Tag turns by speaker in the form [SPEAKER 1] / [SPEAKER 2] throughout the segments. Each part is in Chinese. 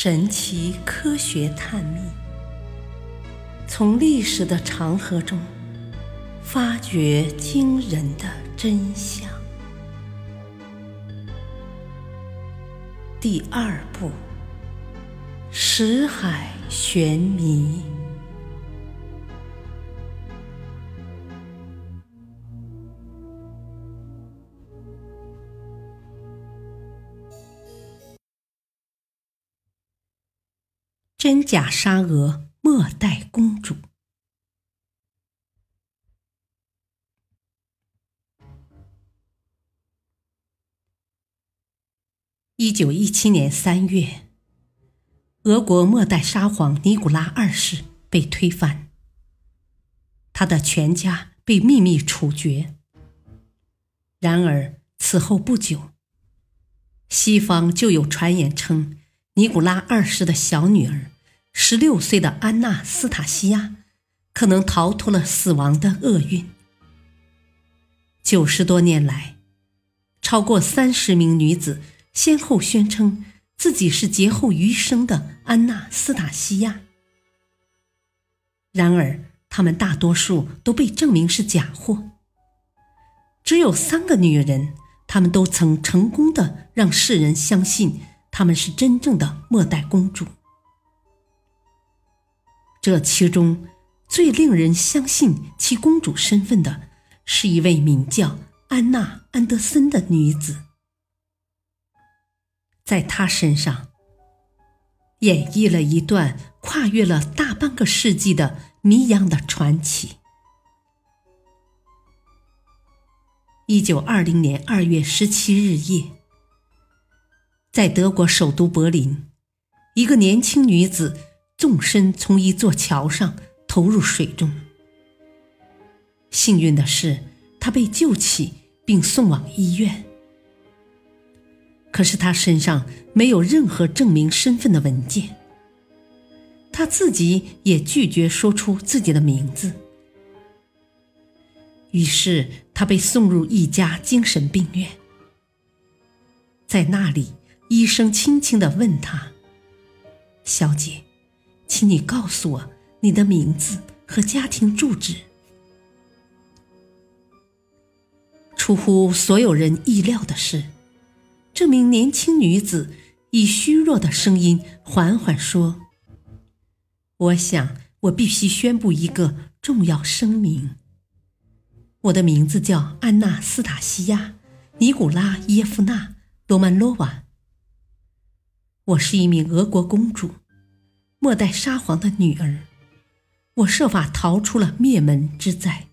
[SPEAKER 1] 神奇科学探秘，从历史的长河中发掘惊人的真相。第二部：识海玄谜。真假沙俄末代公主。1917年3月，俄国末代沙皇尼古拉二世被推翻，他的全家被秘密处决。然而此后不久，西方就有传言称尼古拉二世的小女儿16岁的安娜·斯塔西亚可能逃脱了死亡的厄运。90多年来，超过30名女子先后宣称自己是劫后余生的安娜·斯塔西亚。然而她们大多数都被证明是假货。只有3个女人，她们都曾成功地让世人相信她们是真正的末代公主。这其中最令人相信其公主身份的是一位名叫安娜·安德森的女子。在她身上演绎了一段跨越了大半个世纪的谜样的传奇。1920年2月17日夜，在德国首都柏林，一个年轻女子纵身从一座桥上投入水中。幸运的是，她被救起并送往医院。可是她身上没有任何证明身份的文件，她自己也拒绝说出自己的名字。于是她被送入一家精神病院。在那里，医生轻轻地问她：“小姐，请你告诉我你的名字和家庭住址。”出乎所有人意料的是，这名年轻女子以虚弱的声音缓缓说：“我想我必须宣布一个重要声明。我的名字叫安娜·斯塔西亚·尼古拉耶夫娜·罗曼诺娃。我是一名俄国公主，末代沙皇的女儿。我设法逃出了灭门之灾。”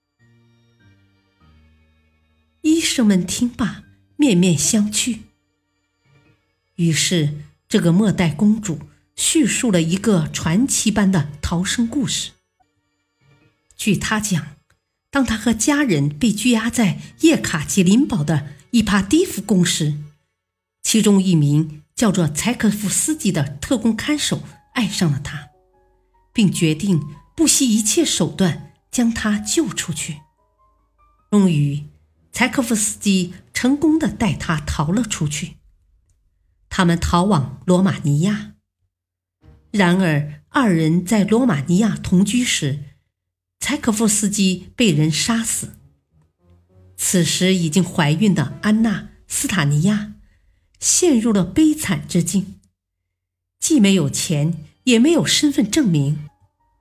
[SPEAKER 1] 医生们听罢，面面相觑。于是这个末代公主叙述了一个传奇般的逃生故事。据她讲，当她和家人被拘押在叶卡捷琳堡的伊帕蒂夫宫时，其中一名叫做柴可夫斯基的特工看守爱上了她，并决定不惜一切手段将她救出去。终于柴可夫斯基成功地带她逃了出去。他们逃往罗马尼亚。然而2人在罗马尼亚同居时，柴可夫斯基被人杀死。此时已经怀孕的安娜·斯塔尼亚陷入了悲惨之境，既没有钱，也没有身份证明。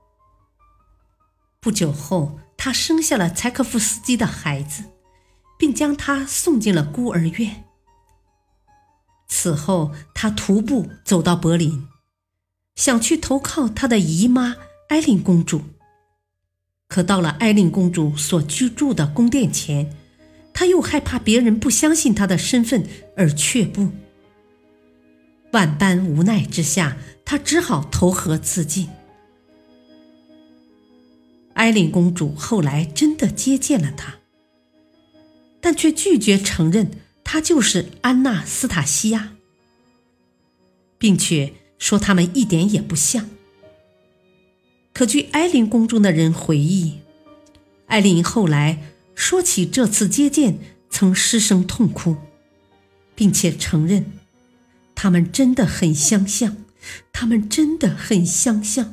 [SPEAKER 1] 不久后，她生下了柴可夫斯基的孩子，并将他送进了孤儿院。此后，他徒步走到柏林，想去投靠他的姨妈艾琳公主。可到了艾琳公主所居住的宫殿前，他又害怕别人不相信他的身份而却步。万般无奈之下，他只好投河自尽。艾琳公主后来真的接见了他，但却拒绝承认她就是安娜·斯塔西亚，并且说她们一点也不像。可据艾琳宫中的人回忆，艾琳后来说起这次接见曾失声痛哭，并且承认他们真的很相像， 他们真的很相像。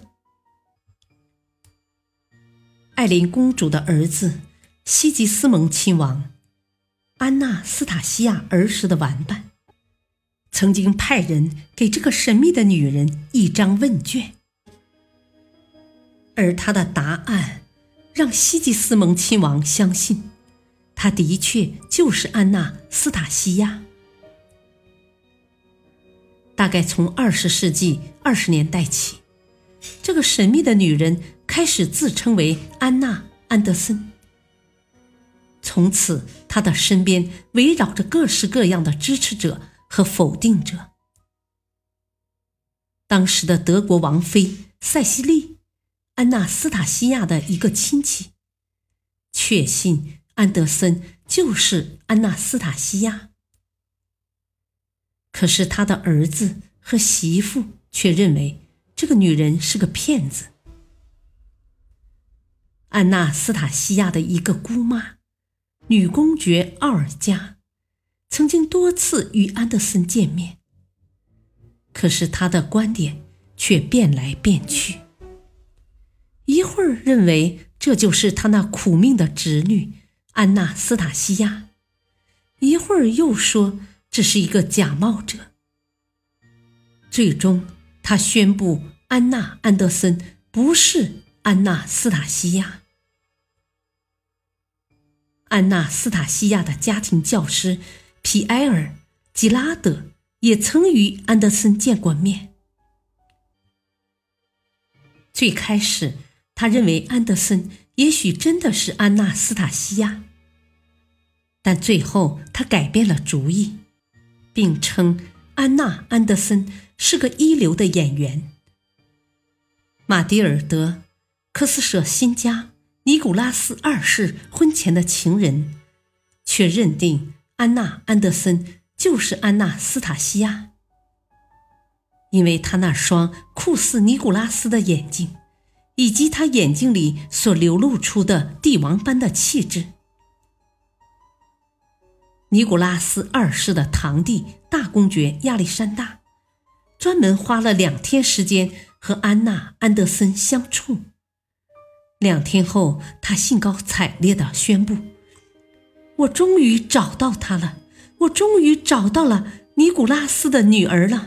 [SPEAKER 1] 艾琳公主的儿子西吉斯蒙亲王，安娜斯塔西亚儿时的玩伴，曾经派人给这个神秘的女人一张问卷，而她的答案让西吉斯蒙亲王相信，她的确就是安娜斯塔西亚。大概从20世纪20年代起，这个神秘的女人开始自称为安娜·安德森。从此，她的身边围绕着各式各样的支持者和否定者。当时的德国王妃塞西莉，安娜斯塔西亚的一个亲戚，确信安德森就是安娜斯塔西亚。可是他的儿子和媳妇却认为这个女人是个骗子。安娜斯塔西亚的一个姑妈，女公爵奥尔加，曾经多次与安德森见面，可是她的观点却变来变去。一会儿认为这就是他那苦命的侄女安娜斯塔西亚，一会儿又说这是一个假冒者。最终他宣布安娜·安德森不是安娜斯塔西亚。安娜斯塔西亚的家庭教师皮埃尔·吉拉德也曾与安德森见过面。最开始他认为安德森也许真的是安娜斯塔西亚，但最后他改变了主意，并称安娜·安德森是个一流的演员。马蒂尔德·科斯舍辛加，尼古拉斯二世婚前的情人，却认定安娜·安德森就是安娜斯塔西亚，因为她那双酷似尼古拉斯的眼睛，以及他眼睛里所流露出的帝王般的气质。尼古拉斯二世的堂弟大公爵亚历山大专门花了2天时间和安娜·安德森相处。2天后，他兴高采烈地宣布：我终于找到她了，我终于找到了尼古拉斯的女儿了。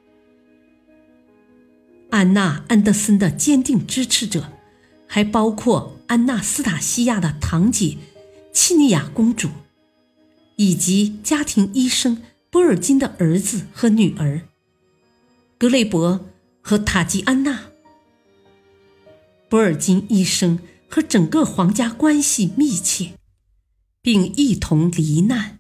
[SPEAKER 1] 安娜·安德森的坚定支持者还包括安娜斯塔西亚的堂姐契尼亚公主，以及家庭医生波尔金的儿子和女儿格雷伯和塔吉安娜。波尔金医生和整个皇家关系密切，并一同罹难。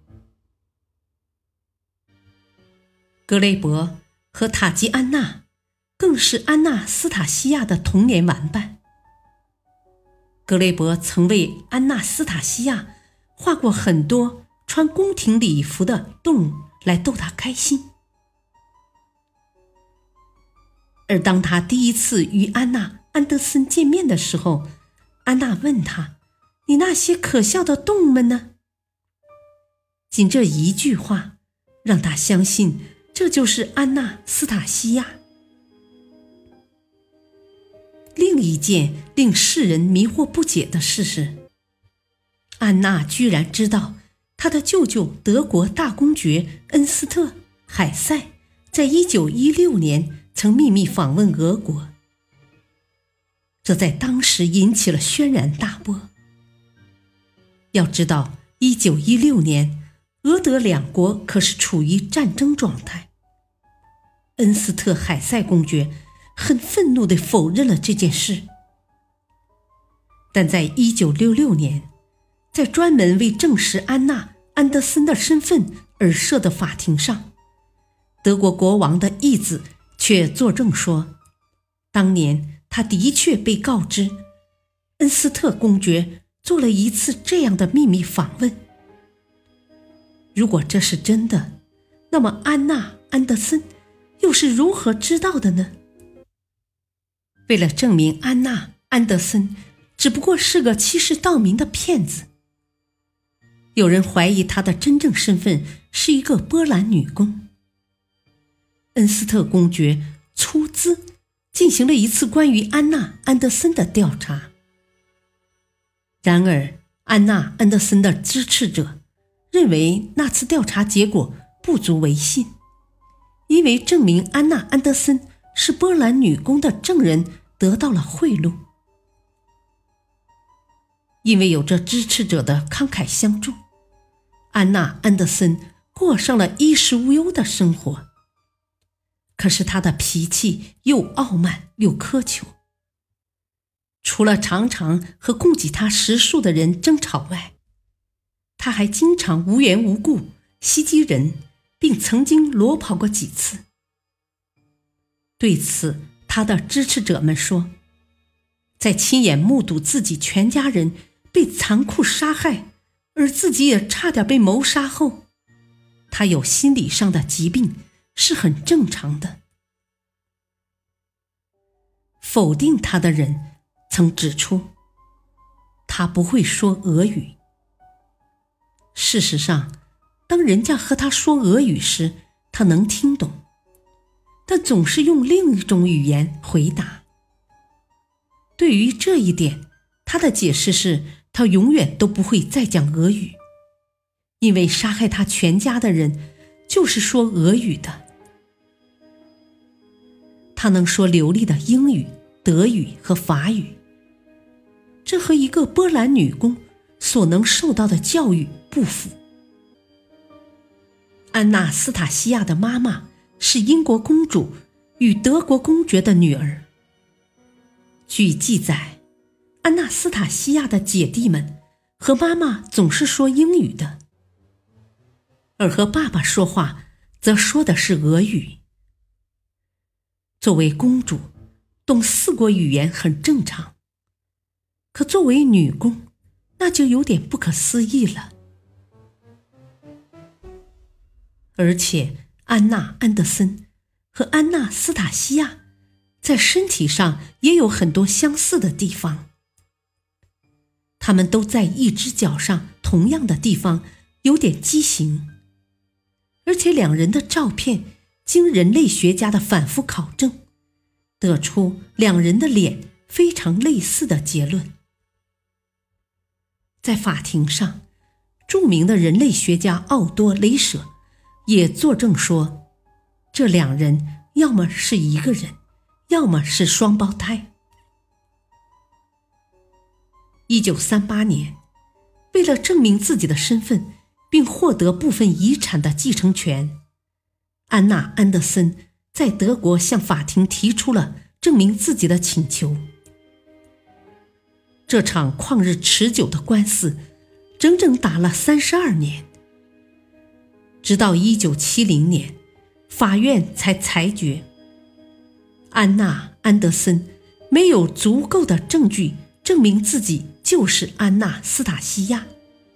[SPEAKER 1] 格雷伯和塔吉安娜更是安娜斯塔西亚的童年玩伴。格雷伯曾为安娜斯塔西亚画过很多穿宫廷礼服的动物来逗她开心。而当他第一次与安娜·安德森见面的时候，安娜问他：你那些可笑的动物们呢？仅这一句话让他相信这就是安娜斯塔西亚。另一件令世人迷惑不解的事是，安娜居然知道她的舅舅德国大公爵恩斯特·海塞在1916年曾秘密访问俄国，这在当时引起了轩然大波。要知道1916年俄德两国可是处于战争状态。恩斯特·海塞公爵很愤怒地否认了这件事，但在1966年，在专门为证实安娜·安德森的身份而设的法庭上，德国国王的义子却作证说，当年他的确被告知恩斯特公爵做了一次这样的秘密访问。如果这是真的，那么安娜·安德森又是如何知道的呢？为了证明安娜·安德森只不过是个欺世盗名的骗子，有人怀疑她的真正身份是一个波兰女工。 恩斯特公爵出资进行了一次关于安娜·安德森的调查。然而，安娜·安德森的支持者认为那次调查结果不足为信，因为证明安娜·安德森是波兰女工的证人得到了贿赂。因为有着支持者的慷慨相助，安娜·安德森过上了衣食无忧的生活。可是她的脾气又傲慢又苛求，除了常常和供给她食宿的人争吵外，她还经常无缘无故袭击人，并曾经裸跑过几次。对此，她的支持者们说，在亲眼目睹自己全家人被残酷杀害，而自己也差点被谋杀后，她有心理上的疾病是很正常的。否定她的人曾指出，她不会说俄语。事实上，当人家和她说俄语时，她能听懂，但总是用另一种语言回答。对于这一点，她的解释是，她永远都不会再讲俄语，因为杀害她全家的人就是说俄语的。她能说流利的英语、德语和法语，这和一个波兰女工所能受到的教育不符。安娜·斯塔西亚的妈妈是英国公主与德国公爵的女儿。据记载，安娜·斯塔西亚的姐弟们和妈妈总是说英语的，而和爸爸说话则说的是俄语。作为公主，懂4国语言很正常，可作为女工，那就有点不可思议了。而且，安娜·安德森和安娜·斯塔西亚在身体上也有很多相似的地方。他们都在一只脚上同样的地方有点畸形，而且两人的照片经人类学家的反复考证，得出两人的脸非常类似的结论。在法庭上，著名的人类学家奥多·雷舍也作证说，这两人要么是一个人，要么是双胞胎。1938年，为了证明自己的身份并获得部分遗产的继承权，安娜·安德森在德国向法庭提出了证明自己的请求。这场旷日持久的官司整整打了32年，直到1970年，法院才裁决，安娜·安德森没有足够的证据证明自己就是安娜·斯塔西亚。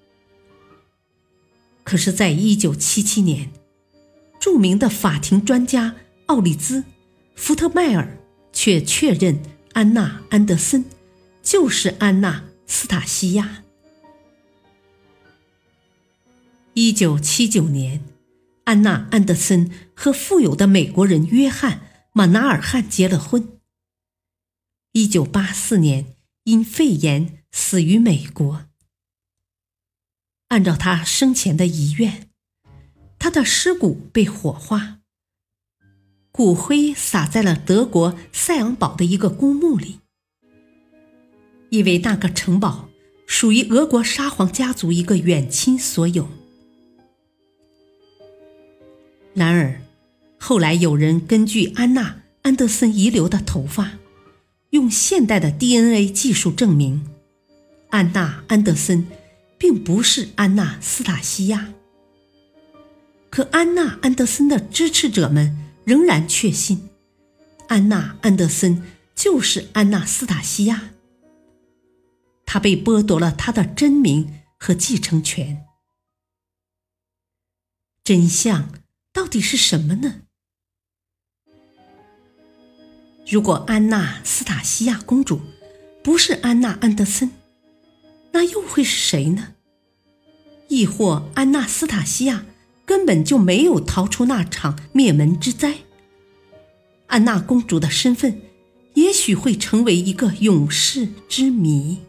[SPEAKER 1] 可是在1977年，著名的法庭专家奥利兹·福特迈尔却确认安娜·安德森就是安娜·斯塔西亚。1979年，安娜·安德森和富有的美国人约翰·马纳尔汉结了婚。1984年因肺炎死于美国。按照他生前的遗愿，他的尸骨被火化，骨灰撒在了德国塞昂堡的一个公墓里，因为那个城堡属于俄国沙皇家族一个远亲所有。然而，后来有人根据安娜·安德森遗留的头发，用现代的 DNA 技术证明，安娜·安德森并不是安娜·斯塔西亚。可安娜·安德森的支持者们仍然确信，安娜·安德森就是安娜·斯塔西亚。她被剥夺了她的真名和继承权。真相到底是什么呢？如果安娜·斯塔西亚公主不是安娜·安德森，那又会是谁呢？亦或安娜·斯塔西亚根本就没有逃出那场灭门之灾， 安娜公主的身份也许会成为一个永世之谜。